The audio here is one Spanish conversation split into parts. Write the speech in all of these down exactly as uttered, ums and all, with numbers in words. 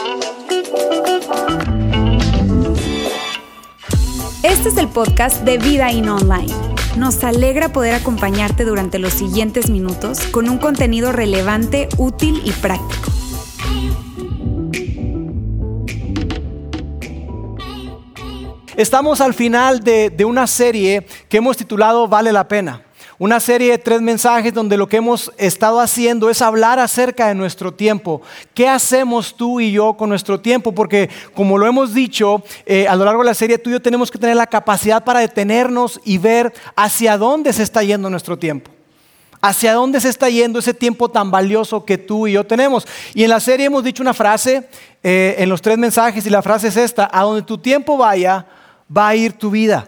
Este es el podcast de Vida In Online. Nos alegra poder acompañarte durante los siguientes minutos con un contenido relevante, útil y práctico. Estamos al final de, de una serie que hemos titulado Vale la Pena. Una serie de tres mensajes donde lo que hemos estado haciendo es hablar acerca de nuestro tiempo. ¿Qué hacemos tú y yo con nuestro tiempo? Porque como lo hemos dicho eh, a lo largo de la serie, tú y yo tenemos que tener la capacidad para detenernos y ver hacia dónde se está yendo nuestro tiempo. Hacia dónde se está yendo ese tiempo tan valioso que tú y yo tenemos. Y en la serie hemos dicho una frase eh, en los tres mensajes y la frase es esta: a donde tu tiempo vaya, va a ir tu vida.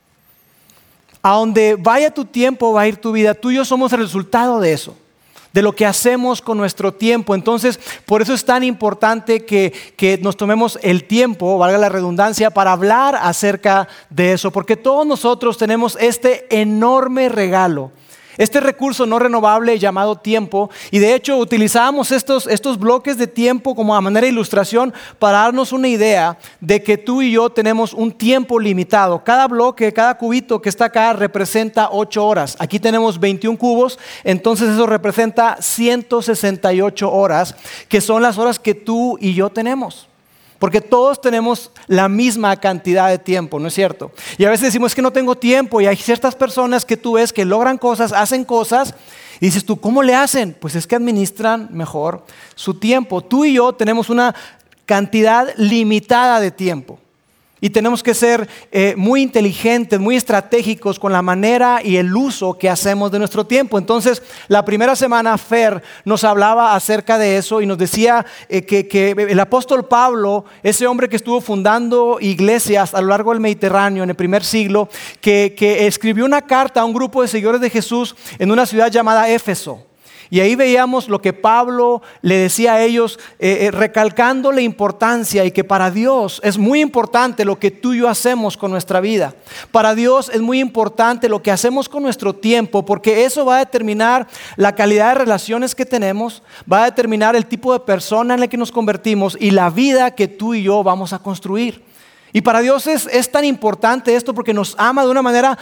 A donde vaya tu tiempo va a ir tu vida. Tú y yo somos el resultado de eso, de lo que hacemos con nuestro tiempo. Entonces, por eso es tan importante que, que nos tomemos el tiempo, valga la redundancia, para hablar acerca de eso. Porque todos nosotros tenemos este enorme regalo, este recurso no renovable llamado tiempo. Y de hecho utilizábamos estos, estos bloques de tiempo como a manera de ilustración para darnos una idea de que tú y yo tenemos un tiempo limitado. Cada bloque, cada cubito que está acá representa ocho horas. Aquí tenemos veintiún cubos, entonces eso representa ciento sesenta y ocho horas, que son las horas que tú y yo tenemos. Porque todos tenemos la misma cantidad de tiempo, ¿no es cierto? Y a veces decimos que no tengo tiempo, y hay ciertas personas que tú ves que logran cosas, hacen cosas, y dices tú, ¿cómo le hacen? Pues es que administran mejor su tiempo. Tú y yo tenemos una cantidad limitada de tiempo. Y tenemos que ser eh, muy inteligentes, muy estratégicos con la manera y el uso que hacemos de nuestro tiempo. Entonces, la primera semana Fer nos hablaba acerca de eso y nos decía eh, que, que el apóstol Pablo, ese hombre que estuvo fundando iglesias a lo largo del Mediterráneo en el primer siglo, que, que escribió una carta a un grupo de seguidores de Jesús en una ciudad llamada Éfeso. Y ahí veíamos lo que Pablo le decía a ellos, eh, eh, recalcando la importancia y que para Dios es muy importante lo que tú y yo hacemos con nuestra vida. Para Dios es muy importante lo que hacemos con nuestro tiempo, porque eso va a determinar la calidad de relaciones que tenemos, va a determinar el tipo de persona en la que nos convertimos y la vida que tú y yo vamos a construir. Y para Dios es, es tan importante esto porque nos ama de una manera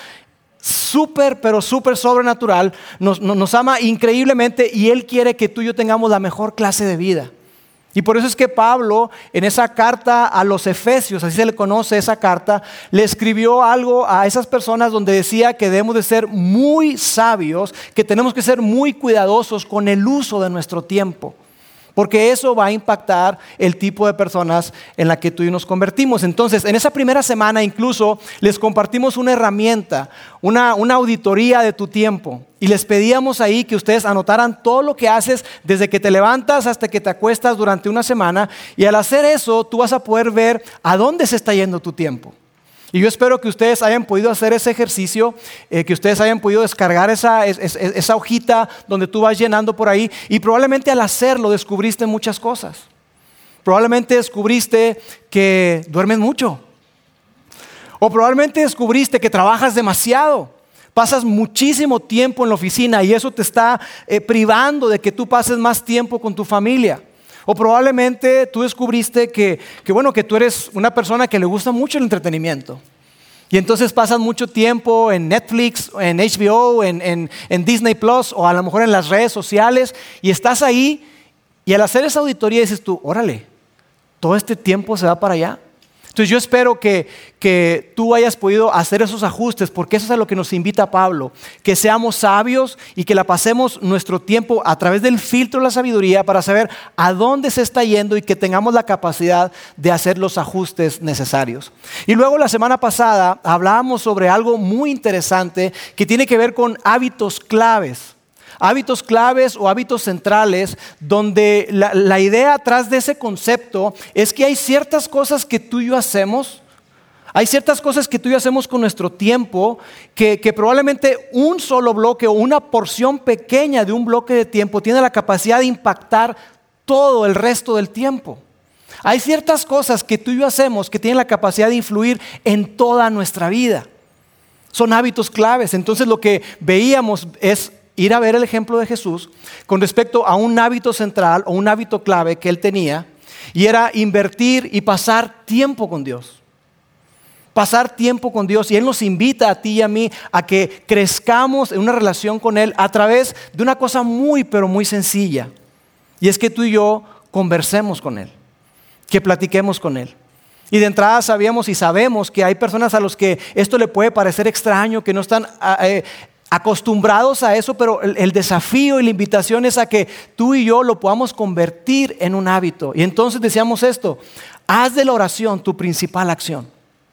súper, pero súper sobrenatural, nos, nos, nos ama increíblemente y Él quiere que tú y yo tengamos la mejor clase de vida. Y por eso es que Pablo, en esa carta a los Efesios, así se le conoce esa carta, le escribió algo a esas personas donde decía que debemos de ser muy sabios, que tenemos que ser muy cuidadosos con el uso de nuestro tiempo. Porque eso va a impactar el tipo de personas en la que tú y yo nos convertimos. Entonces, en esa primera semana incluso les compartimos una herramienta, una, una auditoría de tu tiempo. Y les pedíamos ahí que ustedes anotaran todo lo que haces desde que te levantas hasta que te acuestas durante una semana. Y al hacer eso, tú vas a poder ver a dónde se está yendo tu tiempo. Y yo espero que ustedes hayan podido hacer ese ejercicio, eh, que ustedes hayan podido descargar esa, es, es, esa hojita donde tú vas llenando por ahí y probablemente al hacerlo descubriste muchas cosas. Probablemente descubriste que duermes mucho. O probablemente descubriste que trabajas demasiado. Pasas muchísimo tiempo en la oficina y eso te está eh, privando de que tú pases más tiempo con tu familia. O probablemente tú descubriste que, que, bueno, que tú eres una persona que le gusta mucho el entretenimiento. Y entonces pasas mucho tiempo en Netflix, en H B O, en, en, en Disney Plus o a lo mejor en las redes sociales. Y estás ahí y al hacer esa auditoría dices tú, órale, todo este tiempo se va para allá. Entonces yo espero que, que tú hayas podido hacer esos ajustes, porque eso es a lo que nos invita Pablo, que seamos sabios y que la pasemos nuestro tiempo a través del filtro de la sabiduría para saber a dónde se está yendo y que tengamos la capacidad de hacer los ajustes necesarios. Y luego la semana pasada hablábamos sobre algo muy interesante que tiene que ver con hábitos claves. Hábitos claves o hábitos centrales, donde la, la idea atrás de ese concepto es que hay ciertas cosas que tú y yo hacemos, hay ciertas cosas que tú y yo hacemos con nuestro tiempo, que, que probablemente un solo bloque o una porción pequeña de un bloque de tiempo tiene la capacidad de impactar todo el resto del tiempo. Hay ciertas cosas que tú y yo hacemos que tienen la capacidad de influir en toda nuestra vida. Son hábitos claves. Entonces lo que veíamos es ir a ver el ejemplo de Jesús con respecto a un hábito central o un hábito clave que él tenía. Y era invertir y pasar tiempo con Dios. Pasar tiempo con Dios. Y Él nos invita a ti y a mí a que crezcamos en una relación con Él a través de una cosa muy, pero muy sencilla. Y es que tú y yo conversemos con Él. Que platiquemos con Él. Y de entrada sabíamos y sabemos que hay personas a los que esto le puede parecer extraño, que no están eh, acostumbrados a eso, pero el, el desafío y la invitación es a que tú y yo lo podamos convertir en un hábito. Y entonces decíamos esto: haz de la oración tu principal acción.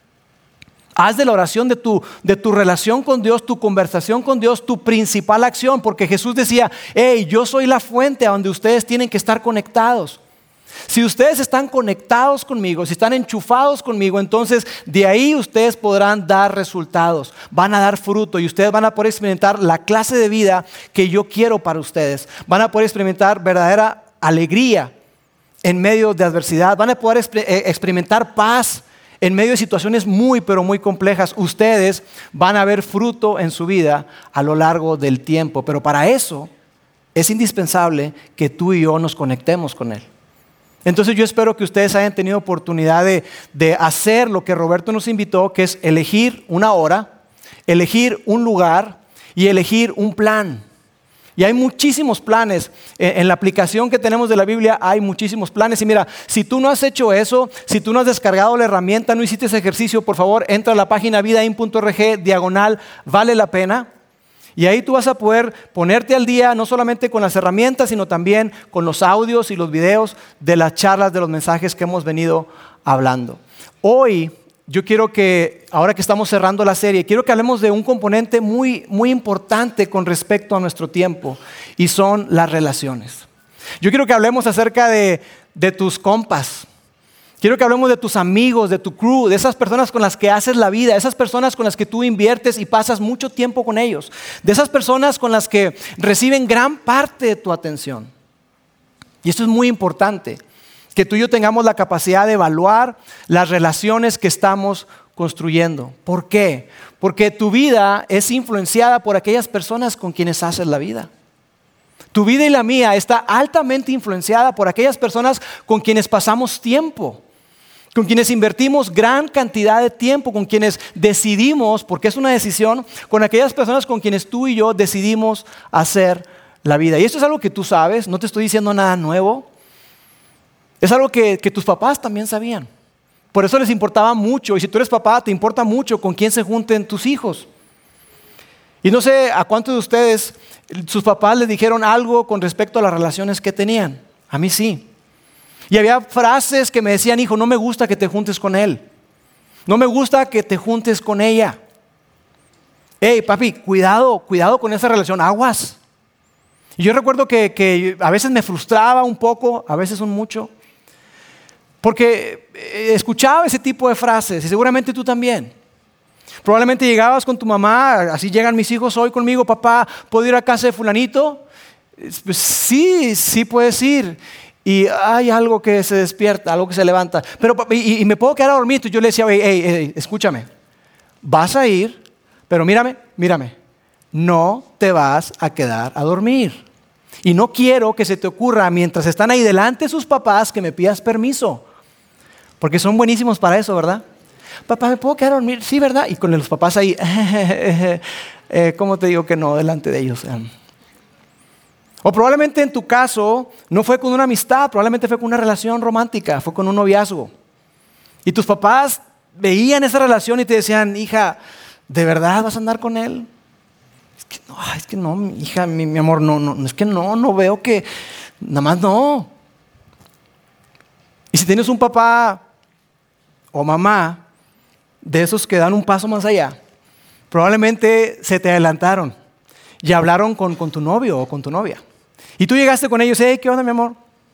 Haz de la oración de tu, de tu relación con Dios, tu conversación con Dios, tu principal acción. Porque Jesús decía: hey, yo soy la fuente a donde ustedes tienen que estar conectados. Si ustedes están conectados conmigo, si están enchufados conmigo, entonces de ahí ustedes podrán dar resultados, van a dar fruto y ustedes van a poder experimentar la clase de vida que yo quiero para ustedes. Van a poder experimentar verdadera alegría en medio de adversidad, van a poder experimentar paz en medio de situaciones muy, pero muy complejas. Ustedes van a ver fruto en su vida a lo largo del tiempo, pero para eso es indispensable que tú y yo nos conectemos con Él. Entonces yo espero que ustedes hayan tenido oportunidad de, de hacer lo que Roberto nos invitó, que es elegir una hora, elegir un lugar y elegir un plan. Y hay muchísimos planes. En la aplicación que tenemos de la Biblia hay muchísimos planes. Y mira, si tú no has hecho eso, si tú no has descargado la herramienta, no hiciste ese ejercicio, por favor, entra a la página vidain punto org, diagonal, vale la pena. Y ahí tú vas a poder ponerte al día no solamente con las herramientas, sino también con los audios y los videos de las charlas, de los mensajes que hemos venido hablando. Hoy yo quiero que, ahora que estamos cerrando la serie, quiero que hablemos de un componente muy, muy importante con respecto a nuestro tiempo, y son las relaciones. Yo quiero que hablemos acerca de, de tus compas. Quiero que hablemos de tus amigos, de tu crew, de esas personas con las que haces la vida, esas personas con las que tú inviertes y pasas mucho tiempo con ellos, de esas personas con las que reciben gran parte de tu atención. Y esto es muy importante, que tú y yo tengamos la capacidad de evaluar las relaciones que estamos construyendo. ¿Por qué? Porque tu vida es influenciada por aquellas personas con quienes haces la vida. Tu vida y la mía está altamente influenciada por aquellas personas con quienes pasamos tiempo, con quienes invertimos gran cantidad de tiempo, con quienes decidimos, porque es una decisión, con aquellas personas con quienes tú y yo decidimos hacer la vida. Y esto es algo que tú sabes, no te estoy diciendo nada nuevo. Es algo que, que tus papás también sabían. Por eso les importaba mucho, y si tú eres papá, te importa mucho con quién se junten tus hijos. Y no sé a cuántos de ustedes sus papás les dijeron algo con respecto a las relaciones que tenían. A mí sí. Y había frases que me decían: hijo, no me gusta que te juntes con él. No me gusta que te juntes con ella. Hey, papi, cuidado, cuidado con esa relación, aguas. Y yo recuerdo que, que a veces me frustraba un poco, a veces un mucho, porque escuchaba ese tipo de frases, y seguramente tú también. Probablemente llegabas con tu mamá: así llegan mis hijos hoy conmigo, papá, ¿puedo ir a casa de fulanito? Pues sí, sí puedes ir. Y hay algo que se despierta, algo que se levanta. Pero, y, y me puedo quedar a dormir. Y yo le decía: hey, hey, hey, escúchame, vas a ir, pero mírame, mírame, no te vas a quedar a dormir. Y no quiero que se te ocurra mientras están ahí delante sus papás que me pidas permiso. Porque son buenísimos para eso, ¿verdad? Papá, ¿me puedo quedar a dormir? Sí, ¿verdad? Y con los papás ahí, eh, ¿cómo te digo que no delante de ellos? O probablemente en tu caso no fue con una amistad, probablemente fue con una relación romántica, fue con un noviazgo. Y tus papás veían esa relación y te decían: hija, ¿de verdad vas a andar con él? Es que no, es que no, hija, mi, mi amor, no, no, es que no, no veo que, nada más no. Y si tienes un papá o mamá de esos que dan un paso más allá, probablemente se te adelantaron y hablaron con, con tu novio o con tu novia. Y tú llegaste con ellos: hey, ¿qué onda, mi amor?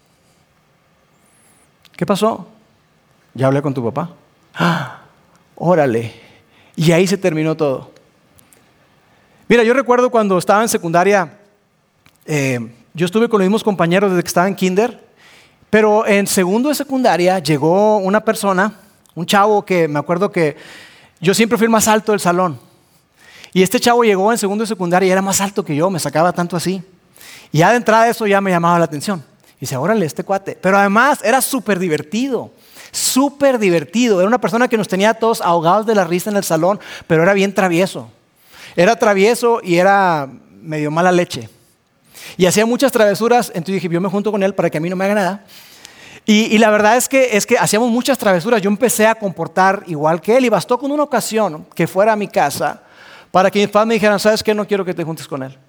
¿Qué pasó? Ya hablé con tu papá. ¡Ah! Órale. Y ahí se terminó todo. Mira, yo recuerdo cuando estaba en secundaria, eh, yo estuve con los mismos compañeros desde que estaba en kinder, pero en segundo de secundaria llegó una persona, un chavo que me acuerdo que yo siempre fui el más alto del salón. Y este chavo llegó en segundo de secundaria y era más alto que yo, me sacaba tanto así. Y ya de entrada eso ya me llamaba la atención. dice, órale, este cuate. Pero además era súper divertido, súper divertido. Era una persona que nos tenía a todos ahogados de la risa en el salón, pero era bien travieso. Era travieso y era medio mala leche. Y hacía muchas travesuras, entonces dije, yo me junto con él para que a mí no me haga nada. Y, y la verdad es que, es que hacíamos muchas travesuras. Yo empecé a comportar igual que él y bastó con una ocasión que fuera a mi casa para que mis padres me dijeran, ¿sabes qué? No quiero que te juntes con él.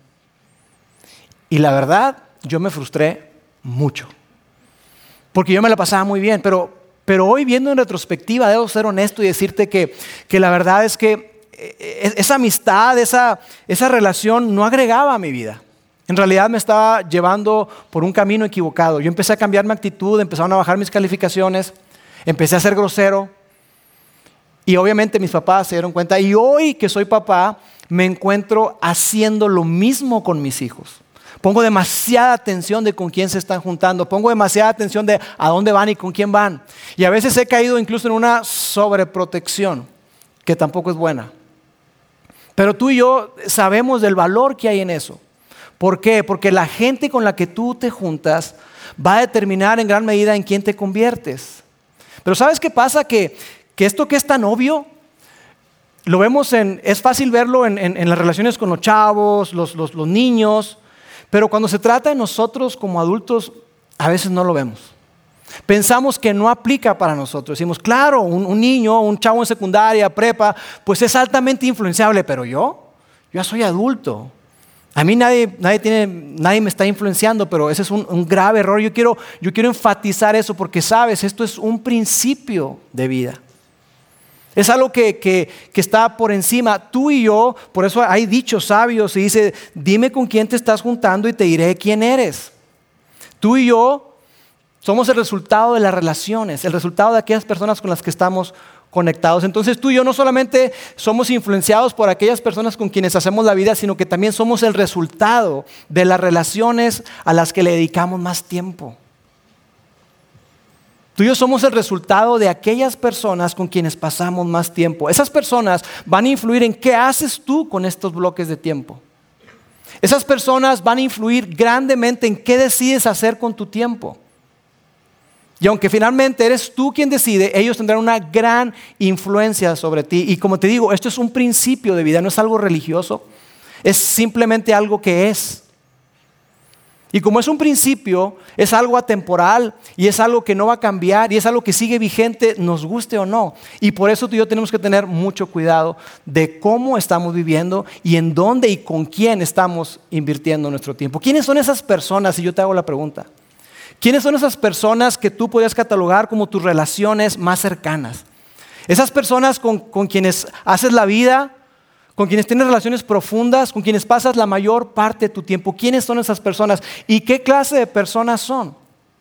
Y la verdad, yo me frustré mucho. Porque yo me la pasaba muy bien. Pero, pero hoy viendo en retrospectiva, debo ser honesto y decirte que, que la verdad es que esa amistad, esa, esa relación no agregaba a mi vida. En realidad me estaba llevando por un camino equivocado. Yo empecé a cambiar mi actitud, empezaron a bajar mis calificaciones, empecé a ser grosero. Y obviamente mis papás se dieron cuenta. Y hoy que soy papá, me encuentro haciendo lo mismo con mis hijos. Pongo demasiada atención de con quién se están juntando. Pongo demasiada atención de a dónde van y con quién van. Y a veces he caído incluso en una sobreprotección, que tampoco es buena. Pero tú y yo sabemos del valor que hay en eso. ¿Por qué? Porque la gente con la que tú te juntas va a determinar en gran medida en quién te conviertes. Pero ¿sabes qué pasa? Que, que esto que es tan obvio, lo vemos en, es fácil verlo en, en, en las relaciones con los chavos, los, los, los niños, pero cuando se trata de nosotros como adultos, a veces no lo vemos. Pensamos que no aplica para nosotros. Decimos, claro, un, un niño, un chavo en secundaria, prepa, pues es altamente influenciable, pero yo, yo ya soy adulto. A mí nadie, nadie, tiene, nadie me está influenciando, pero ese es un, un grave error. Yo quiero, yo quiero enfatizar eso porque, sabes, esto es un principio de vida. Es algo que, que, que está por encima. Tú y yo, por eso hay dichos sabios y dice, dime con quién te estás juntando y te diré quién eres. Tú y yo somos el resultado de las relaciones, el resultado de aquellas personas con las que estamos conectados. Entonces tú y yo no solamente somos influenciados por aquellas personas con quienes hacemos la vida, sino que también somos el resultado de las relaciones a las que le dedicamos más tiempo. Tú y yo somos el resultado de aquellas personas con quienes pasamos más tiempo. Esas personas van a influir en qué haces tú con estos bloques de tiempo. Esas personas van a influir grandemente en qué decides hacer con tu tiempo. Y aunque finalmente eres tú quien decide, ellos tendrán una gran influencia sobre ti. Y como te digo, esto es un principio de vida, no es algo religioso, es simplemente algo que es. Y como es un principio, es algo atemporal y es algo que no va a cambiar y es algo que sigue vigente, nos guste o no. Y por eso tú y yo tenemos que tener mucho cuidado de cómo estamos viviendo y en dónde y con quién estamos invirtiendo nuestro tiempo. ¿Quiénes son esas personas? Si yo te hago la pregunta. ¿Quiénes son esas personas que tú podrías catalogar como tus relaciones más cercanas? Esas personas con, con quienes haces la vida, con quienes tienes relaciones profundas, con quienes pasas la mayor parte de tu tiempo. ¿Quiénes son esas personas? ¿Y qué clase de personas son?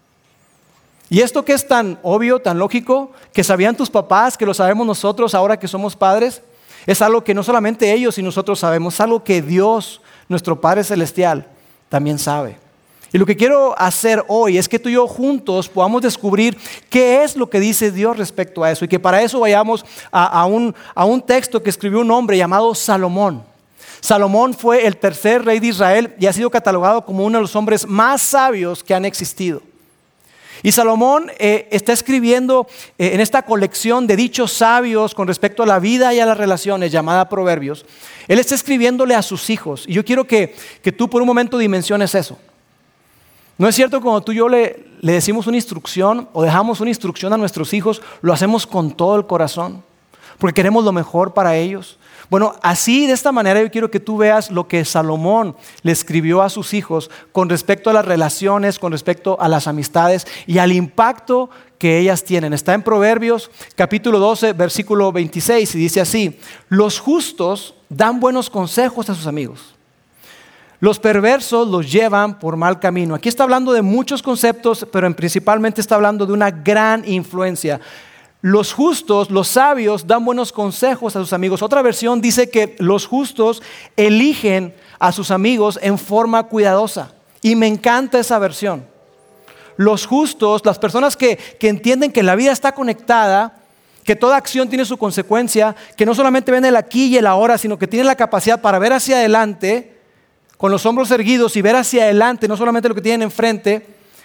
Y esto que es tan obvio, tan lógico, que sabían tus papás, que lo sabemos nosotros ahora que somos padres, es algo que no solamente ellos y nosotros sabemos, es algo que Dios, nuestro Padre Celestial, también sabe. Y lo que quiero hacer hoy es que tú y yo juntos podamos descubrir qué es lo que dice Dios respecto a eso. Y que para eso vayamos a, a, un, a un texto que escribió un hombre llamado Salomón. Salomón fue el tercer rey de Israel y ha sido catalogado como uno de los hombres más sabios que han existido. Y Salomón eh, está escribiendo eh, en esta colección de dichos sabios con respecto a la vida y a las relaciones llamada Proverbios. Él está escribiéndole a sus hijos. Y yo quiero que, que tú por un momento dimensiones eso. ¿No es cierto cuando tú y yo le, le decimos una instrucción o dejamos una instrucción a nuestros hijos, lo hacemos con todo el corazón? Porque queremos lo mejor para ellos. Bueno, así de esta manera yo quiero que tú veas lo que Salomón le escribió a sus hijos con respecto a las relaciones, con respecto a las amistades y al impacto que ellas tienen. Está en Proverbios capítulo doce, versículo veintiséis y dice así: los justos dan buenos consejos a sus amigos. Los perversos los llevan por mal camino. Aquí está hablando de muchos conceptos, pero principalmente está hablando de una gran influencia. Los justos, los sabios, dan buenos consejos a sus amigos. Otra versión dice que los justos eligen a sus amigos en forma cuidadosa. Y me encanta esa versión. Los justos, las personas que, que entienden que la vida está conectada, que toda acción tiene su consecuencia, que no solamente ven el aquí y el ahora, sino que tienen la capacidad para ver hacia adelante, con los hombros erguidos y ver hacia adelante, no solamente lo que tienen enfrente.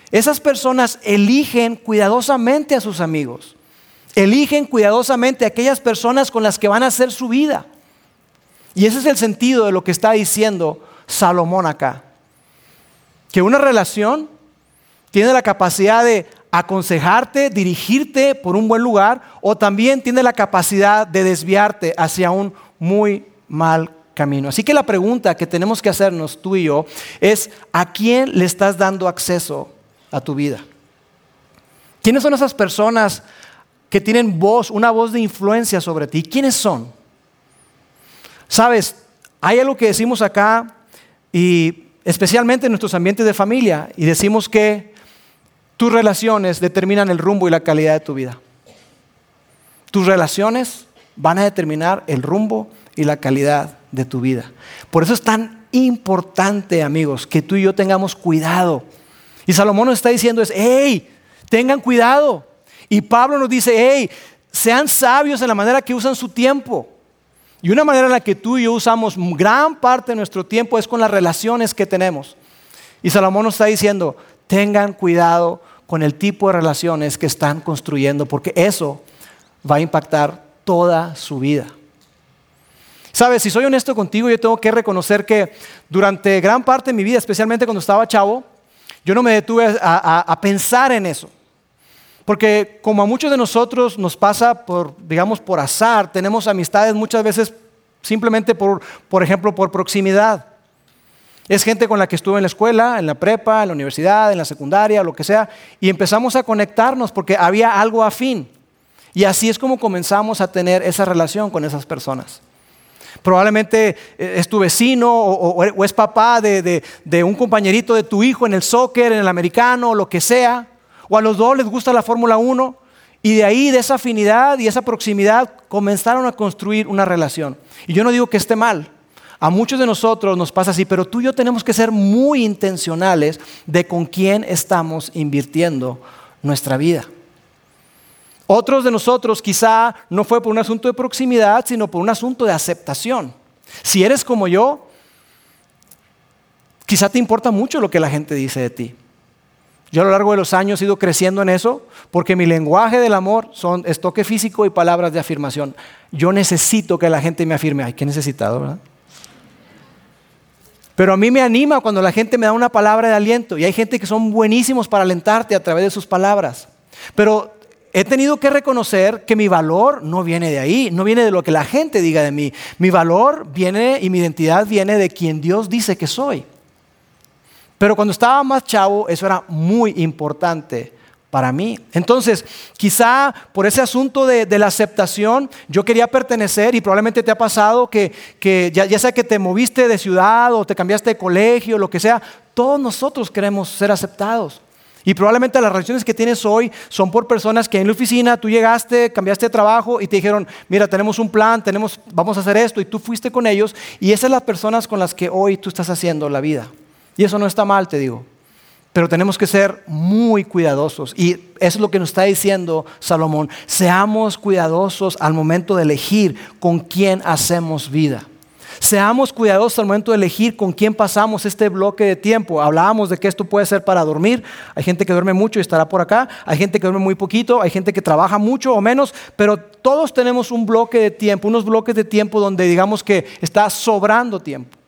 Esas personas eligen cuidadosamente a sus amigos. Eligen cuidadosamente a aquellas personas con las que van a hacer su vida. Y ese es el sentido de lo que está diciendo Salomón acá. Que una relación tiene la capacidad de aconsejarte, dirigirte por un buen lugar, o también tiene la capacidad de desviarte hacia un muy mal camino. Así que la pregunta que tenemos que hacernos tú y yo es: ¿a quién le estás dando acceso a tu vida? ¿Quiénes son esas personas que tienen voz, una voz de influencia sobre ti? ¿Quiénes son? Sabes, hay algo que decimos acá, y especialmente en nuestros ambientes de familia, y decimos que tus relaciones determinan el rumbo y la calidad de tu vida. Tus relaciones van a determinar el rumbo y la calidad de tu vida. Por eso es tan importante, amigos, que tú y yo tengamos cuidado. Y Salomón nos está diciendo es: hey, tengan cuidado. Y Pablo nos dice: hey, sean sabios en la manera que usan su tiempo. Y una manera en la que tú y yo usamos gran parte de nuestro tiempo es con las relaciones que tenemos. Y Salomón nos está diciendo: tengan cuidado con el tipo de relaciones que están construyendo, porque eso va a impactar toda su vida. Sabes, si soy honesto contigo, yo tengo que reconocer que durante gran parte de mi vida, especialmente cuando estaba chavo, yo no me detuve a, a, a pensar en eso. Porque como a muchos de nosotros nos pasa por, digamos, por azar, tenemos amistades muchas veces simplemente por, por ejemplo, por proximidad. Es gente con la que estuve en la escuela, en la prepa, en la universidad, en la secundaria, lo que sea, y empezamos a conectarnos porque había algo afín. Y así es como comenzamos a tener esa relación con esas personas. Probablemente es tu vecino o, o, o es papá de, de, de un compañerito de tu hijo en el soccer, en el americano, o lo que sea. O a los dos les gusta la Fórmula uno, y de ahí, de esa afinidad y esa proximidad, comenzaron a construir una relación. Y yo no digo que esté mal. A muchos de nosotros nos pasa así, pero tú y yo tenemos que ser muy intencionales de con quién estamos invirtiendo nuestra vida. Otros de nosotros quizá no fue por un asunto de proximidad, sino por un asunto de aceptación. Si eres como yo, quizá te importa mucho lo que la gente dice de ti. Yo a lo largo de los años he ido creciendo en eso, porque mi lenguaje del amor son, es toque físico y palabras de afirmación. Yo necesito que la gente me afirme. Ay, qué necesitado, ¿verdad? Pero a mí me anima cuando la gente me da una palabra de aliento, y hay gente que son buenísimos para alentarte a través de sus palabras. Pero he tenido que reconocer que mi valor no viene de ahí, no viene de lo que la gente diga de mí. Mi valor viene y mi identidad viene de quien Dios dice que soy. Pero cuando estaba más chavo, eso era muy importante para mí. Entonces, quizá por ese asunto de, de la aceptación, yo quería pertenecer, y probablemente te ha pasado que, que ya, ya sea que te moviste de ciudad o te cambiaste de colegio, lo que sea, todos nosotros queremos ser aceptados. Y probablemente las relaciones que tienes hoy son por personas que en la oficina tú llegaste, cambiaste de trabajo y te dijeron: mira, tenemos un plan, tenemos, vamos a hacer esto, y tú fuiste con ellos, y esas son las personas con las que hoy tú estás haciendo la vida. Y eso no está mal, te digo. Pero tenemos que ser muy cuidadosos. Y eso es lo que nos está diciendo Salomón. Seamos cuidadosos al momento de elegir con quién hacemos vida. Seamos cuidadosos al momento de elegir con quién pasamos este bloque de tiempo. Hablábamos de que esto puede ser para dormir. Hay gente que duerme mucho y estará por acá. Hay gente que duerme muy poquito. Hay gente que trabaja mucho o menos. Pero todos tenemos un bloque de tiempo, unos bloques de tiempo donde digamos que está sobrando tiempo.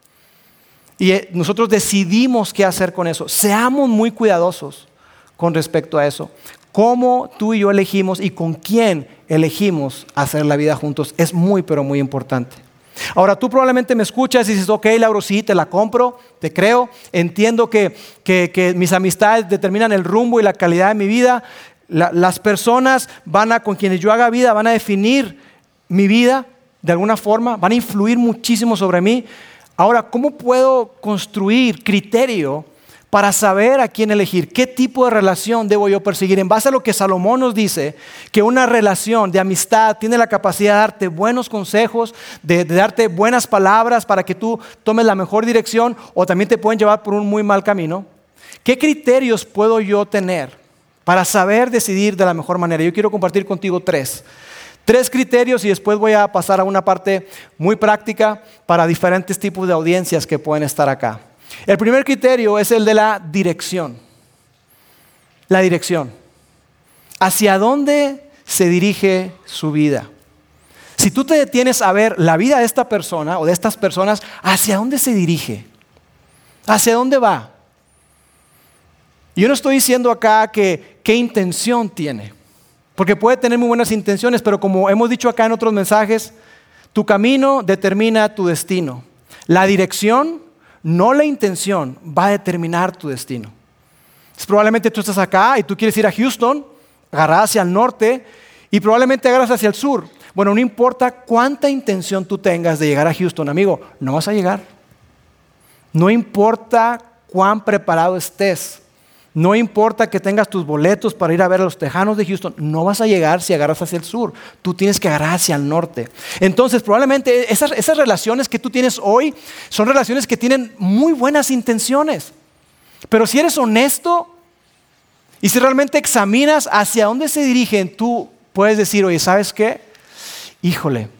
Y nosotros decidimos qué hacer con eso. Seamos muy cuidadosos con respecto a eso. Cómo tú y yo elegimos y con quién elegimos hacer la vida juntos es muy, pero muy importante. Ahora, tú probablemente me escuchas y dices: ok, Lauro, sí, te la compro, te creo. Entiendo que, que, que mis amistades determinan el rumbo y la calidad de mi vida. La, las personas van a, con quienes yo haga vida, van a definir mi vida de alguna forma, van a influir muchísimo sobre mí. Ahora, ¿cómo puedo construir criterio para saber a quién elegir? ¿Qué tipo de relación debo yo perseguir? En base a lo que Salomón nos dice, que una relación de amistad tiene la capacidad de darte buenos consejos, de, de darte buenas palabras para que tú tomes la mejor dirección, o también te pueden llevar por un muy mal camino. ¿Qué criterios puedo yo tener para saber decidir de la mejor manera? Yo quiero compartir contigo tres. Tres criterios, y después voy a pasar a una parte muy práctica para diferentes tipos de audiencias que pueden estar acá. El primer criterio es el de la dirección. la dirección. ¿Hacia dónde se dirige su vida? Si tú te detienes a ver la vida de esta persona o de estas personas, ¿hacia dónde se dirige? ¿Hacia dónde va? Yo no estoy diciendo acá que qué intención tiene, porque puede tener muy buenas intenciones, pero como hemos dicho acá en otros mensajes, tu camino determina tu destino. La dirección, no la intención, va a determinar tu destino. Entonces, probablemente tú estás acá y tú quieres ir a Houston, agarras hacia el norte y probablemente agarras hacia el sur. Bueno, no importa cuánta intención tú tengas de llegar a Houston, amigo, no vas a llegar. No importa cuán preparado estés. No importa que tengas tus boletos para ir a ver a los Tejanos de Houston, no vas a llegar si agarras hacia el sur. Tú tienes que agarrar hacia el norte. Entonces, probablemente esas, esas relaciones que tú tienes hoy son relaciones que tienen muy buenas intenciones. Pero si eres honesto y si realmente examinas hacia dónde se dirigen, tú puedes decir, oye, ¿sabes qué? Híjole,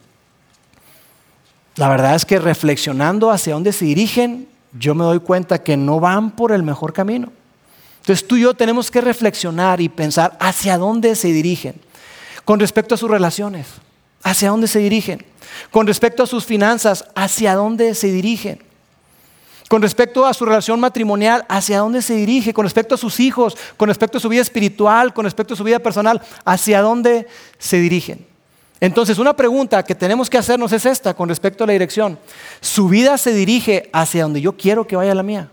la verdad es que reflexionando hacia dónde se dirigen, yo me doy cuenta que no van por el mejor camino. Entonces tú y yo tenemos que reflexionar y pensar hacia dónde se dirigen. Con respecto a sus relaciones, hacia dónde se dirigen. Con respecto a sus finanzas, hacia dónde se dirigen. Con respecto a su relación matrimonial, hacia dónde se dirige. Con respecto a sus hijos, con respecto a su vida espiritual, con respecto a su vida personal, hacia dónde se dirigen. Entonces, una pregunta que tenemos que hacernos es esta con respecto a la dirección. ¿Su vida se dirige hacia donde yo quiero que vaya la mía?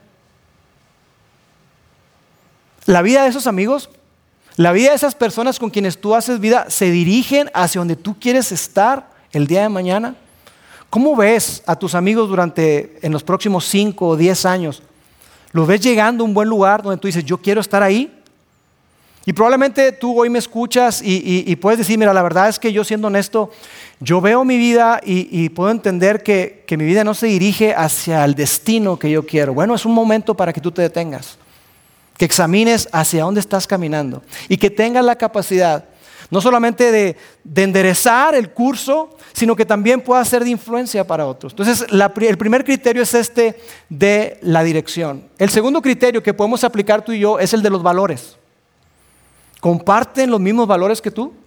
La vida de esos amigos, la vida de esas personas con quienes tú haces vida, ¿se dirigen hacia donde tú quieres estar el día de mañana? ¿Cómo ves a tus amigos durante en los próximos cinco o diez años? ¿Los ves llegando a un buen lugar donde tú dices, yo quiero estar ahí? Y probablemente tú hoy me escuchas y, y, y puedes decir, mira, la verdad es que yo siendo honesto, yo veo mi vida y, y puedo entender que, que mi vida no se dirige hacia el destino que yo quiero. Bueno, es un momento para que tú te detengas, que examines hacia dónde estás caminando y que tengas la capacidad no solamente de, de enderezar el curso, sino que también pueda ser de influencia para otros. Entonces, la, el primer criterio es este de la dirección. El segundo criterio que podemos aplicar tú y yo es el de los valores. ¿Comparten los mismos valores que tú?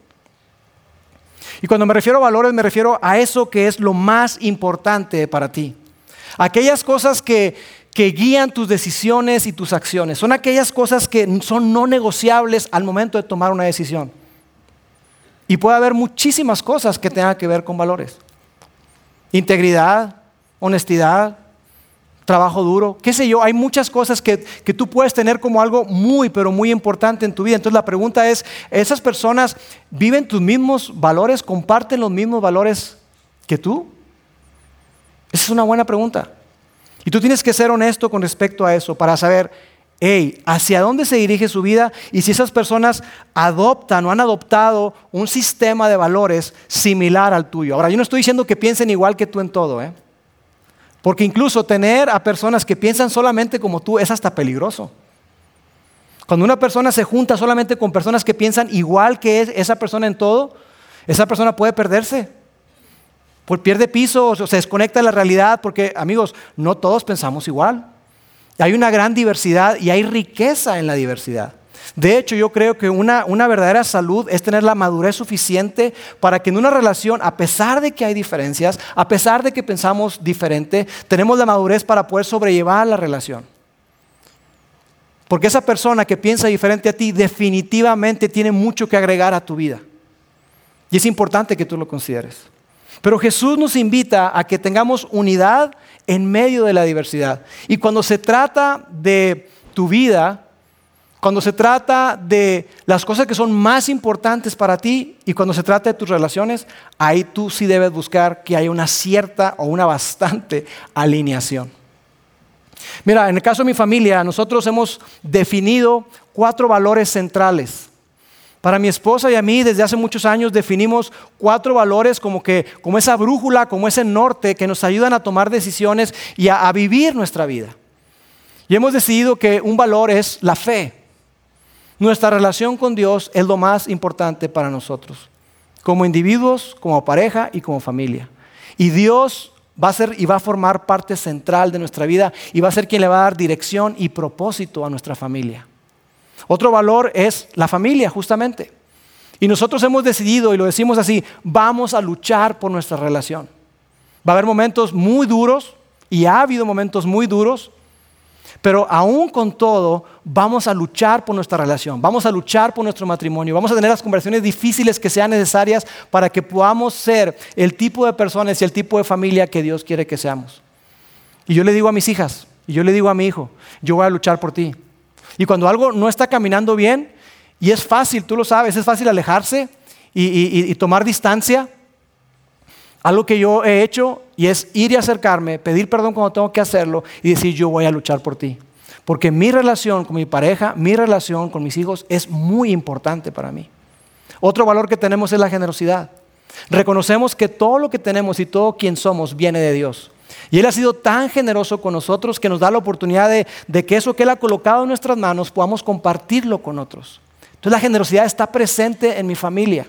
Y cuando me refiero a valores, me refiero a eso que es lo más importante para ti. Aquellas cosas que, que guían tus decisiones y tus acciones. Son aquellas cosas que son no negociables al momento de tomar una decisión. Y puede haber muchísimas cosas que tengan que ver con valores. Integridad, honestidad, trabajo duro, qué sé yo. Hay muchas cosas que, que tú puedes tener como algo muy, pero muy importante en tu vida. Entonces la pregunta es, ¿esas personas viven tus mismos valores? ¿Comparten los mismos valores que tú? Esa es una buena pregunta. Y tú tienes que ser honesto con respecto a eso para saber, hey, ¿hacia dónde se dirige su vida? Y si esas personas adoptan o han adoptado un sistema de valores similar al tuyo. Ahora, yo no estoy diciendo que piensen igual que tú en todo, ¿eh? Porque incluso tener a personas que piensan solamente como tú es hasta peligroso. Cuando una persona se junta solamente con personas que piensan igual que es esa persona en todo, esa persona puede perderse. Pues pierde piso o se desconecta de la realidad porque, amigos, no todos pensamos igual. Hay una gran diversidad y hay riqueza en la diversidad. De hecho, yo creo que una, una verdadera salud es tener la madurez suficiente para que en una relación, a pesar de que hay diferencias, a pesar de que pensamos diferente, tenemos la madurez para poder sobrellevar la relación. Porque esa persona que piensa diferente a ti definitivamente tiene mucho que agregar a tu vida. Y es importante que tú lo consideres. Pero Jesús nos invita a que tengamos unidad en medio de la diversidad. Y cuando se trata de tu vida, cuando se trata de las cosas que son más importantes para ti y cuando se trata de tus relaciones, ahí tú sí debes buscar que haya una cierta o una bastante alineación. Mira, en el caso de mi familia, nosotros hemos definido cuatro valores centrales. Para mi esposa y a mí, desde hace muchos años, definimos cuatro valores como, que, como esa brújula, como ese norte que nos ayudan a tomar decisiones y a, a vivir nuestra vida. Y hemos decidido que un valor es la fe. Nuestra relación con Dios es lo más importante para nosotros, como individuos, como pareja y como familia. Y Dios va a ser y va a formar parte central de nuestra vida y va a ser quien le va a dar dirección y propósito a nuestra familia. Otro valor es la familia, justamente. Y nosotros hemos decidido, y lo decimos así, vamos a luchar por nuestra relación. Va a haber momentos muy duros, y ha habido momentos muy duros, pero aún con todo, vamos a luchar por nuestra relación, vamos a luchar por nuestro matrimonio, vamos a tener las conversaciones difíciles que sean necesarias para que podamos ser el tipo de personas y el tipo de familia que Dios quiere que seamos. Y yo le digo a mis hijas, y yo le digo a mi hijo, yo voy a luchar por ti. Y cuando algo no está caminando bien, y es fácil, tú lo sabes, es fácil alejarse y, y, y tomar distancia. Algo que yo he hecho y es ir y acercarme, pedir perdón cuando tengo que hacerlo y decir yo voy a luchar por ti. Porque mi relación con mi pareja, mi relación con mis hijos es muy importante para mí. Otro valor que tenemos es la generosidad. Reconocemos que todo lo que tenemos y todo quien somos viene de Dios. Y Él ha sido tan generoso con nosotros que nos da la oportunidad de, de que eso que Él ha colocado en nuestras manos podamos compartirlo con otros. Entonces la generosidad está presente en mi familia.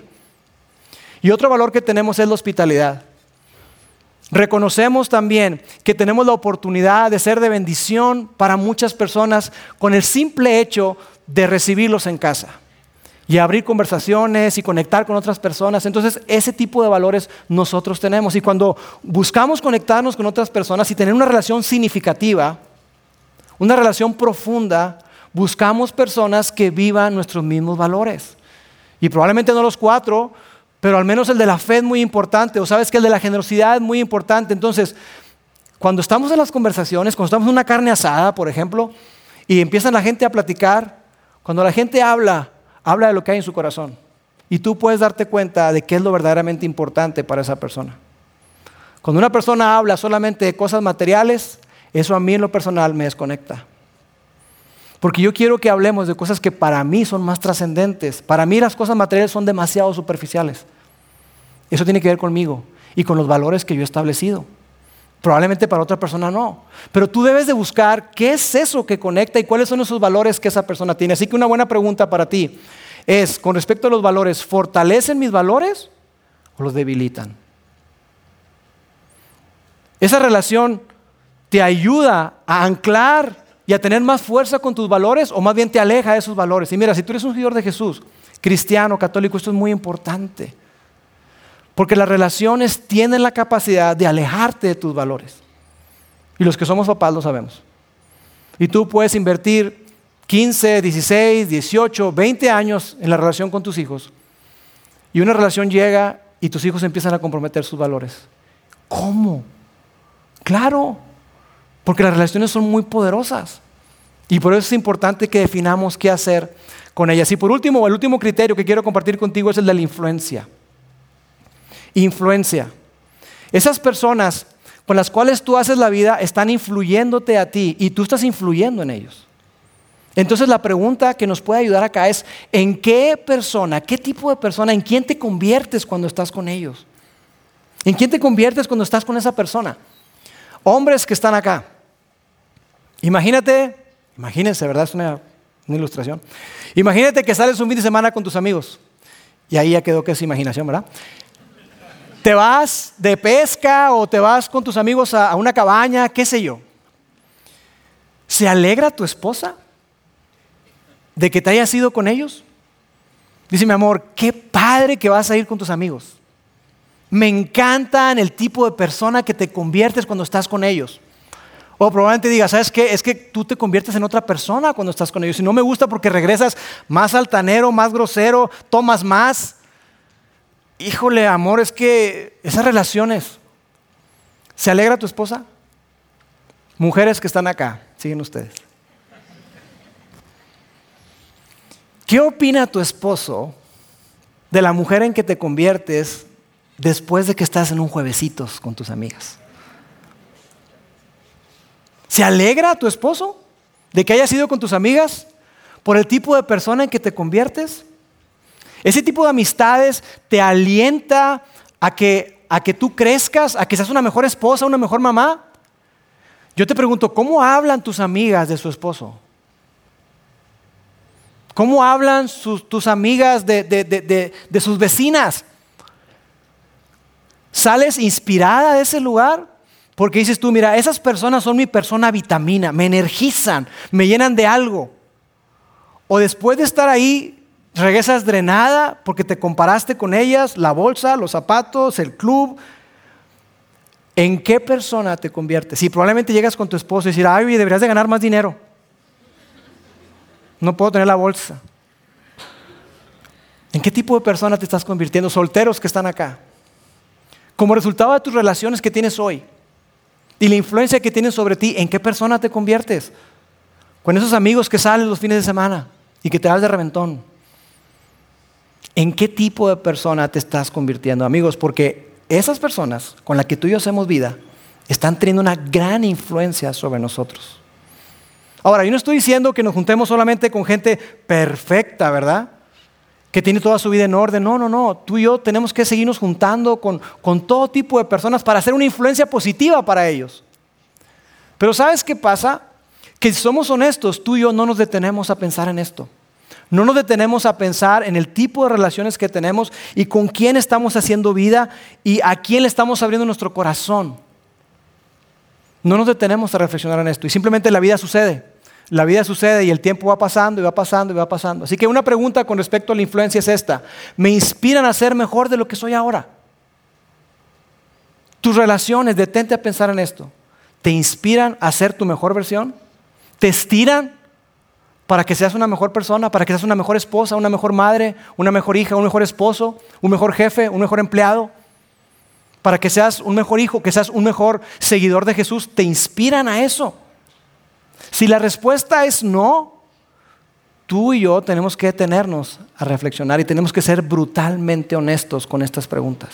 Y otro valor que tenemos es la hospitalidad. Reconocemos también que tenemos la oportunidad de ser de bendición para muchas personas con el simple hecho de recibirlos en casa y abrir conversaciones y conectar con otras personas. Entonces ese tipo de valores nosotros tenemos, y cuando buscamos conectarnos con otras personas y tener una relación significativa, una relación profunda, buscamos personas que vivan nuestros mismos valores. Y probablemente no los cuatro, pero al menos el de la fe es muy importante, o sabes que el de la generosidad es muy importante. Entonces, cuando estamos en las conversaciones, cuando estamos en una carne asada, por ejemplo, y empiezan la gente a platicar, cuando la gente habla, habla de lo que hay en su corazón. Y tú puedes darte cuenta de qué es lo verdaderamente importante para esa persona. Cuando una persona habla solamente de cosas materiales, eso a mí en lo personal me desconecta. Porque yo quiero que hablemos de cosas que para mí son más trascendentes. Para mí las cosas materiales son demasiado superficiales. Eso tiene que ver conmigo y con los valores que yo he establecido. Probablemente para otra persona no. Pero tú debes de buscar qué es eso que conecta y cuáles son esos valores que esa persona tiene. Así que una buena pregunta para ti es, con respecto a los valores, ¿fortalecen mis valores o los debilitan? Esa relación te ayuda a anclar y a tener más fuerza con tus valores, o más bien te aleja de esos valores. Y mira, si tú eres un seguidor de Jesús, cristiano, católico, esto es muy importante. Porque las relaciones tienen la capacidad de alejarte de tus valores. Y los que somos papás lo sabemos. Y tú puedes invertir quince, dieciséis, dieciocho, veinte años en la relación con tus hijos. Y una relación llega y tus hijos empiezan a comprometer sus valores. ¿Cómo? Claro. Porque las relaciones son muy poderosas. Y por eso es importante que definamos qué hacer con ellas. Y por último, el último criterio que quiero compartir contigo es el de la influencia. Influencia. Esas personas con las cuales tú haces la vida están influyéndote a ti y tú estás influyendo en ellos. Entonces la pregunta que nos puede ayudar acá es, ¿en qué persona, qué tipo de persona, en quién te conviertes cuando estás con ellos? ¿En quién te conviertes cuando estás con esa persona? Hombres que están acá, imagínate, imagínense, ¿verdad? Es una, una ilustración. Imagínate que sales un fin de semana con tus amigos, y ahí ya quedó que es imaginación, ¿verdad? Te vas de pesca o te vas con tus amigos a, a una cabaña, qué sé yo. ¿Se alegra tu esposa de que te hayas ido con ellos? Dice, mi amor, qué padre que vas a ir con tus amigos. Me encantan el tipo de persona que te conviertes cuando estás con ellos. O probablemente digas, ¿sabes qué? Es que tú te conviertes en otra persona cuando estás con ellos. Y no me gusta porque regresas más altanero, más grosero, tomas más. Híjole, amor, es que esas relaciones. ¿Se alegra tu esposa? Mujeres que están acá, siguen ustedes. ¿Qué opina tu esposo de la mujer en que te conviertes después de que estás en un juevesitos con tus amigas? ¿Se alegra tu esposo de que hayas ido con tus amigas por el tipo de persona en que te conviertes? ¿Ese tipo de amistades te alienta a que, a que tú crezcas, a que seas una mejor esposa, una mejor mamá? Yo te pregunto, ¿cómo hablan tus amigas de su esposo? ¿Cómo hablan sus, tus amigas de, de, de, de, de sus vecinas? ¿Sales inspirada de ese lugar? Porque dices tú, mira, esas personas son mi persona vitamina, me energizan, me llenan de algo. o después de estar ahí, regresas drenada porque te comparaste con ellas, la bolsa, los zapatos, el club. ¿En qué persona te conviertes? Si probablemente llegas con tu esposo y decir, ay, deberías de ganar más dinero. No puedo tener la bolsa. ¿En qué tipo de persona te estás convirtiendo? Solteros que están acá. Como resultado de tus relaciones que tienes hoy y la influencia que tienen sobre ti, ¿en qué persona te conviertes? Con esos amigos que salen los fines de semana y que te das de reventón. ¿En qué tipo de persona te estás convirtiendo, amigos? Porque esas personas con las que tú y yo hacemos vida están teniendo una gran influencia sobre nosotros. Ahora, yo no estoy diciendo que nos juntemos solamente con gente perfecta, ¿verdad? Que tiene toda su vida en orden. No, no, no. Tú y yo tenemos que seguirnos juntando con, con todo tipo de personas para hacer una influencia positiva para ellos. Pero ¿sabes qué pasa? Que si somos honestos, tú y yo no nos detenemos a pensar en esto. No nos detenemos a pensar en el tipo de relaciones que tenemos y con quién estamos haciendo vida y a quién le estamos abriendo nuestro corazón. No nos detenemos a reflexionar en esto y simplemente la vida sucede. La vida sucede y el tiempo va pasando y va pasando y va pasando. Así que una pregunta con respecto a la influencia es esta. ¿Me inspiran a ser mejor de lo que soy ahora? Tus relaciones, detente a pensar en esto. ¿Te inspiran a ser tu mejor versión? ¿Te estiran para que seas una mejor persona, para que seas una mejor esposa, una mejor madre, una mejor hija, un mejor esposo, un mejor jefe, un mejor empleado? Para que seas un mejor hijo, que seas un mejor seguidor de Jesús. ¿Te inspiran a eso? Si la respuesta es no, tú y yo tenemos que detenernos a reflexionar y tenemos que ser brutalmente honestos con estas preguntas.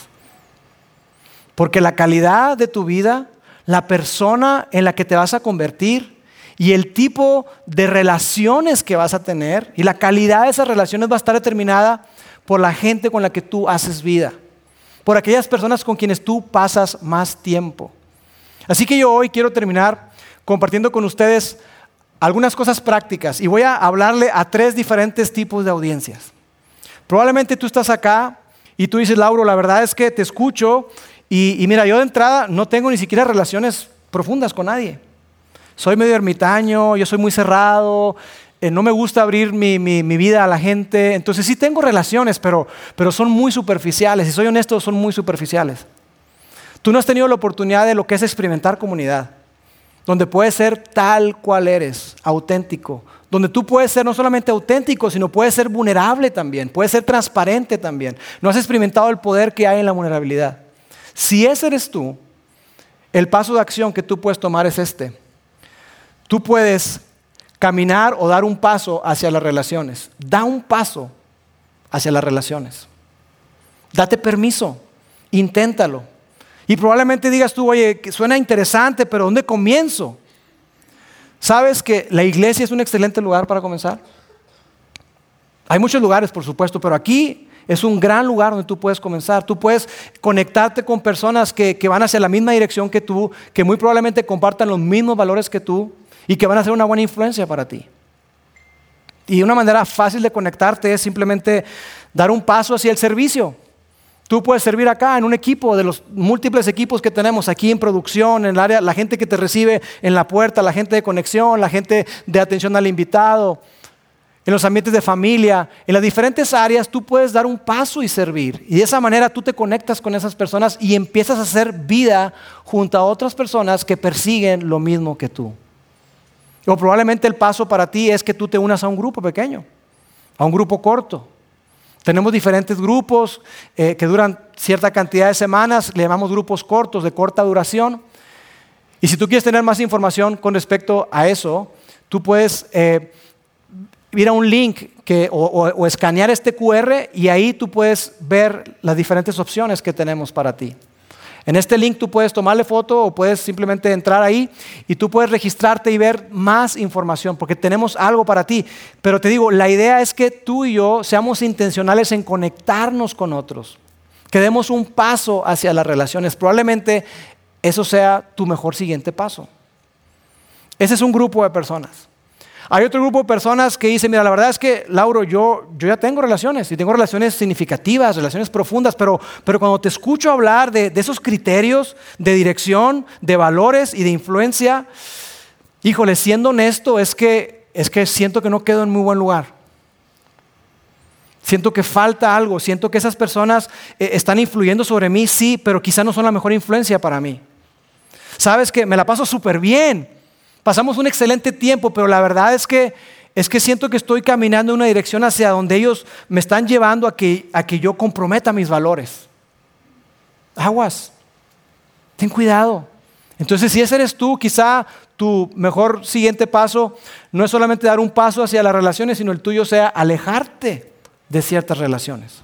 Porque la calidad de tu vida, la persona en la que te vas a convertir y el tipo de relaciones que vas a tener y la calidad de esas relaciones va a estar determinada por la gente con la que tú haces vida, por aquellas personas con quienes tú pasas más tiempo. Así que yo hoy quiero terminar compartiendo con ustedes algunas cosas prácticas y voy a hablarle a tres diferentes tipos de audiencias. Probablemente tú estás acá y tú dices, Lauro, la verdad es que te escucho y, y mira, yo de entrada no tengo ni siquiera relaciones profundas con nadie. Soy medio ermitaño, yo soy muy cerrado, eh, no me gusta abrir mi, mi, mi vida a la gente. Entonces sí tengo relaciones, pero, pero son muy superficiales. Si soy honesto, son muy superficiales. Tú no has tenido la oportunidad de lo que es experimentar comunidad, donde puedes ser tal cual eres, auténtico, donde tú puedes ser no solamente auténtico, sino puedes ser vulnerable también, puedes ser transparente también. No has experimentado el poder que hay en la vulnerabilidad. Si ese eres tú, el paso de acción que tú puedes tomar es este. Tú puedes caminar o dar un paso hacia las relaciones. Da un paso hacia las relaciones. Date permiso, inténtalo. Y probablemente digas tú, oye, que suena interesante, pero ¿dónde comienzo? ¿Sabes que la iglesia es un excelente lugar para comenzar? Hay muchos lugares, por supuesto, pero aquí es un gran lugar donde tú puedes comenzar. Tú puedes conectarte con personas que, que van hacia la misma dirección que tú, que muy probablemente compartan los mismos valores que tú y que van a ser una buena influencia para ti. Y una manera fácil de conectarte es simplemente dar un paso hacia el servicio. Tú puedes servir acá en un equipo de los múltiples equipos que tenemos aquí en producción, en el área, la gente que te recibe en la puerta, la gente de conexión, la gente de atención al invitado, en los ambientes de familia, en las diferentes áreas tú puedes dar un paso y servir. Y de esa manera tú te conectas con esas personas y empiezas a hacer vida junto a otras personas que persiguen lo mismo que tú. O probablemente el paso para ti es que tú te unas a un grupo pequeño, a un grupo corto. Tenemos diferentes grupos eh, que duran cierta cantidad de semanas, le llamamos grupos cortos, de corta duración. Y si tú quieres tener más información con respecto a eso, tú puedes eh, ir a un link que, o, o, o escanear este cu erre y ahí tú puedes ver las diferentes opciones que tenemos para ti. En este link tú puedes tomarle foto o puedes simplemente entrar ahí y tú puedes registrarte y ver más información porque tenemos algo para ti. Pero te digo, la idea es que tú y yo seamos intencionales en conectarnos con otros, que demos un paso hacia las relaciones. Probablemente eso sea tu mejor siguiente paso. Ese es un grupo de personas. Hay otro grupo de personas que dicen, mira, la verdad es que, Lauro, yo, yo ya tengo relaciones y tengo relaciones significativas, relaciones profundas, pero, pero cuando te escucho hablar de, de esos criterios de dirección, de valores y de influencia, híjole, siendo honesto, es que, es que siento que no quedo en muy buen lugar. Siento que falta algo, siento que esas personas eh, están influyendo sobre mí, sí, pero quizá no son la mejor influencia para mí. Sabes que me la paso súper bien, pasamos un excelente tiempo, pero la verdad es que, es que siento que estoy caminando en una dirección hacia donde ellos me están llevando a que, a que yo comprometa mis valores. Aguas, ten cuidado. Entonces, si ese eres tú, quizá tu mejor siguiente paso no es solamente dar un paso hacia las relaciones, sino el tuyo sea alejarte de ciertas relaciones.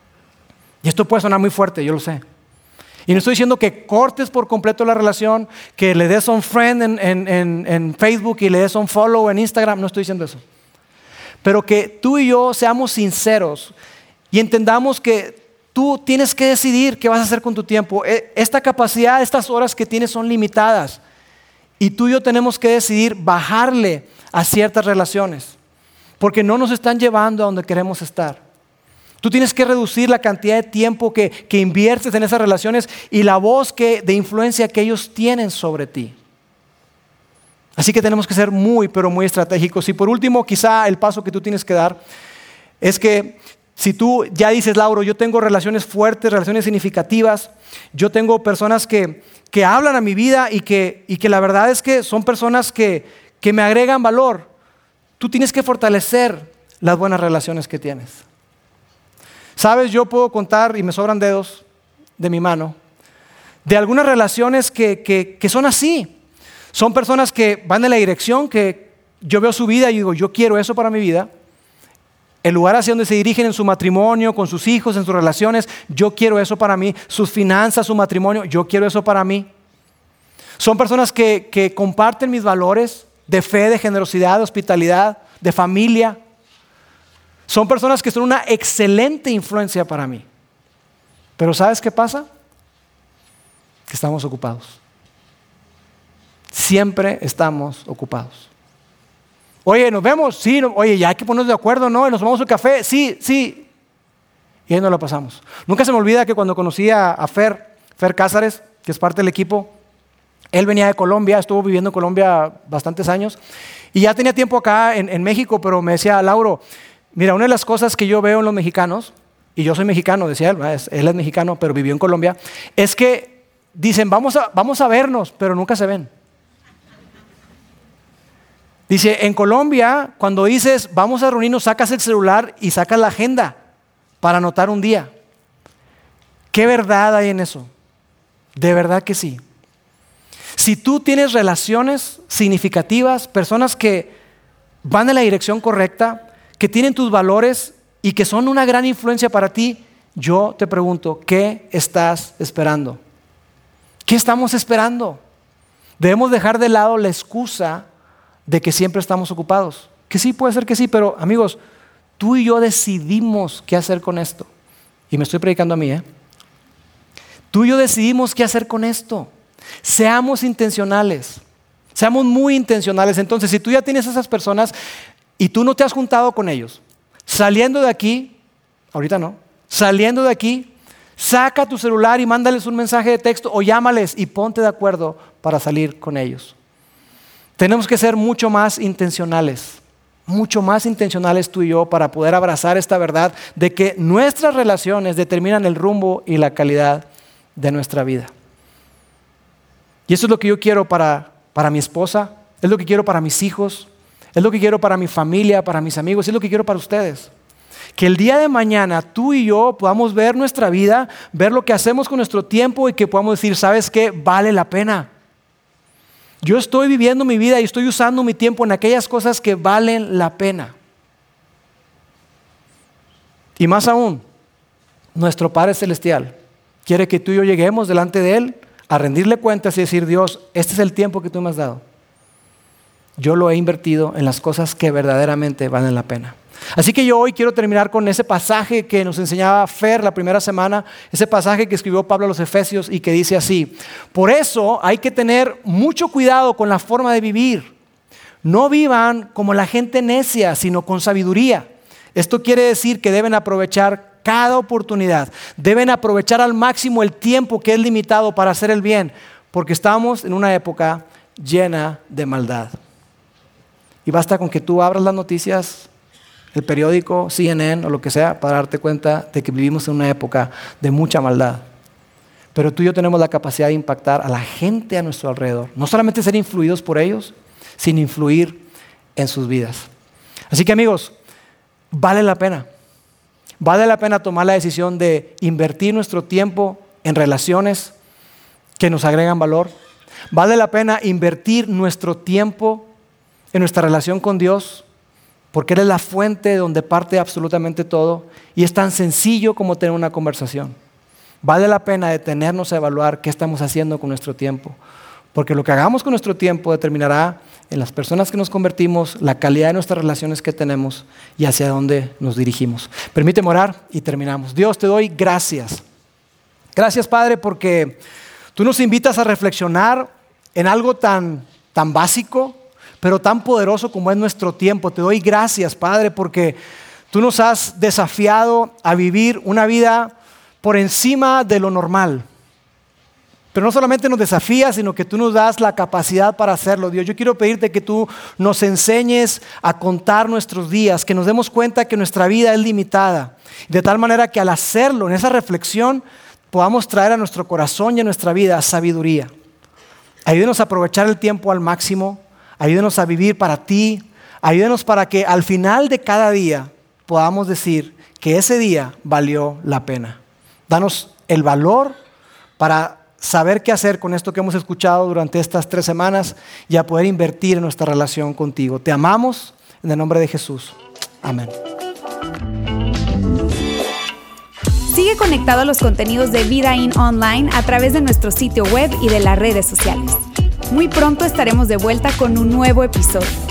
Y esto puede sonar muy fuerte, yo lo sé. Y no estoy diciendo que cortes por completo la relación, que le des un friend en, en, en, en Facebook y le des un follow en Instagram, no estoy diciendo eso. Pero que tú y yo seamos sinceros y entendamos que tú tienes que decidir qué vas a hacer con tu tiempo. Esta capacidad, estas horas que tienes son limitadas. Y tú y yo tenemos que decidir bajarle a ciertas relaciones, porque no nos están llevando a donde queremos estar. Tú tienes que reducir la cantidad de tiempo que, que inviertes en esas relaciones y la voz que, de influencia que ellos tienen sobre ti. Así que tenemos que ser muy, pero muy estratégicos. Y por último, quizá el paso que tú tienes que dar es que si tú ya dices, Lauro, yo tengo relaciones fuertes, relaciones significativas, yo tengo personas que, que hablan a mi vida y que, y que la verdad es que son personas que, que me agregan valor, tú tienes que fortalecer las buenas relaciones que tienes. Sabes, yo puedo contar, y me sobran dedos de mi mano, de algunas relaciones que, que, que son así. Son personas que van en la dirección que yo veo su vida y digo, yo quiero eso para mi vida. El lugar hacia donde se dirigen en su matrimonio, con sus hijos, en sus relaciones, yo quiero eso para mí. Sus finanzas, su matrimonio, yo quiero eso para mí. Son personas que, que comparten mis valores de fe, de generosidad, de hospitalidad, de familia. Son personas que son una excelente influencia para mí. Pero ¿sabes qué pasa? Que estamos ocupados. Siempre estamos ocupados. Oye, ¿nos vemos? Sí, no, oye, ya hay que ponernos de acuerdo, ¿no? ¿Nos tomamos un café? Sí, sí. Y ahí nos lo pasamos. Nunca se me olvida que cuando conocí a, a Fer, Fer Cázares, que es parte del equipo, él venía de Colombia, estuvo viviendo en Colombia bastantes años, y ya tenía tiempo acá en, en México, pero me decía, Lauro, mira, una de las cosas que yo veo en los mexicanos, y yo soy mexicano, decía él, él es mexicano, pero vivió en Colombia, es que dicen, vamos a, vamos a vernos, pero nunca se ven. Dice, en Colombia, cuando dices, vamos a reunirnos, sacas el celular y sacas la agenda para anotar un día. ¿Qué verdad hay en eso? De verdad que sí. Si tú tienes relaciones significativas, personas que van en la dirección correcta, que tienen tus valores y que son una gran influencia para ti, yo te pregunto, ¿qué estás esperando? ¿Qué estamos esperando? Debemos dejar de lado la excusa de que siempre estamos ocupados. Que sí, puede ser que sí, pero amigos, tú y yo decidimos qué hacer con esto. Y me estoy predicando a mí, ¿eh? Tú y yo decidimos qué hacer con esto. Seamos intencionales. Seamos muy intencionales. Entonces, si tú ya tienes esas personas y tú no te has juntado con ellos, saliendo de aquí, ahorita no, saliendo de aquí, saca tu celular y mándales un mensaje de texto o llámales y ponte de acuerdo para salir con ellos. Tenemos que ser mucho más intencionales, mucho más intencionales tú y yo para poder abrazar esta verdad de que nuestras relaciones determinan el rumbo y la calidad de nuestra vida. Y eso es lo que yo quiero para, para mi esposa, es lo que quiero para mis hijos, es lo que quiero para mi familia, para mis amigos, es lo que quiero para ustedes. Que el día de mañana tú y yo podamos ver nuestra vida, ver lo que hacemos con nuestro tiempo y que podamos decir, ¿sabes qué? Vale la pena. Yo estoy viviendo mi vida y estoy usando mi tiempo en aquellas cosas que valen la pena. Y más aún, nuestro Padre Celestial quiere que tú y yo lleguemos delante de Él a rendirle cuentas y decir, Dios, este es el tiempo que tú me has dado. Yo lo he invertido en las cosas que verdaderamente valen la pena. Así que yo hoy quiero terminar con ese pasaje que nos enseñaba Fer la primera semana, ese pasaje que escribió Pablo a los Efesios y que dice así: por eso hay que tener mucho cuidado con la forma de vivir. No vivan como la gente necia, sino con sabiduría. Esto quiere decir que deben aprovechar cada oportunidad, deben aprovechar al máximo el tiempo que es limitado para hacer el bien, porque estamos en una época llena de maldad. Y basta con que tú abras las noticias el periódico, C N N o lo que sea, para darte cuenta de que vivimos en una época de mucha maldad. Pero tú y yo tenemos la capacidad de impactar a la gente a nuestro alrededor. No solamente ser influidos por ellos, sino influir en sus vidas. Así que amigos, vale la pena. Vale la pena tomar la decisión de invertir nuestro tiempo en relaciones que nos agregan valor. Vale la pena invertir nuestro tiempo en nuestra relación con Dios, porque Él es la fuente donde parte absolutamente todo y es tan sencillo como tener una conversación. Vale la pena detenernos a evaluar qué estamos haciendo con nuestro tiempo, porque lo que hagamos con nuestro tiempo determinará en las personas que nos convertimos, la calidad de nuestras relaciones que tenemos y hacia dónde nos dirigimos. Permíteme orar y terminamos. Dios, te doy gracias. Gracias, Padre, porque tú nos invitas a reflexionar en algo tan, tan básico, pero tan poderoso como es nuestro tiempo. Te doy gracias, Padre, porque tú nos has desafiado a vivir una vida por encima de lo normal. Pero no solamente nos desafías, sino que tú nos das la capacidad para hacerlo, Dios. Yo quiero pedirte que tú nos enseñes a contar nuestros días, que nos demos cuenta que nuestra vida es limitada, de tal manera que al hacerlo, en esa reflexión, podamos traer a nuestro corazón y a nuestra vida sabiduría. Ayúdenos a aprovechar el tiempo al máximo, ayúdenos a vivir para ti, ayúdenos para que al final de cada día podamos decir que ese día valió la pena. Danos el valor para saber qué hacer con esto que hemos escuchado durante estas tres semanas y a poder invertir en nuestra relación contigo. Te amamos en el nombre de Jesús. Amén. Sigue conectado a los contenidos de Vida In Online a través de nuestro sitio web y de las redes sociales. Muy pronto estaremos de vuelta con un nuevo episodio.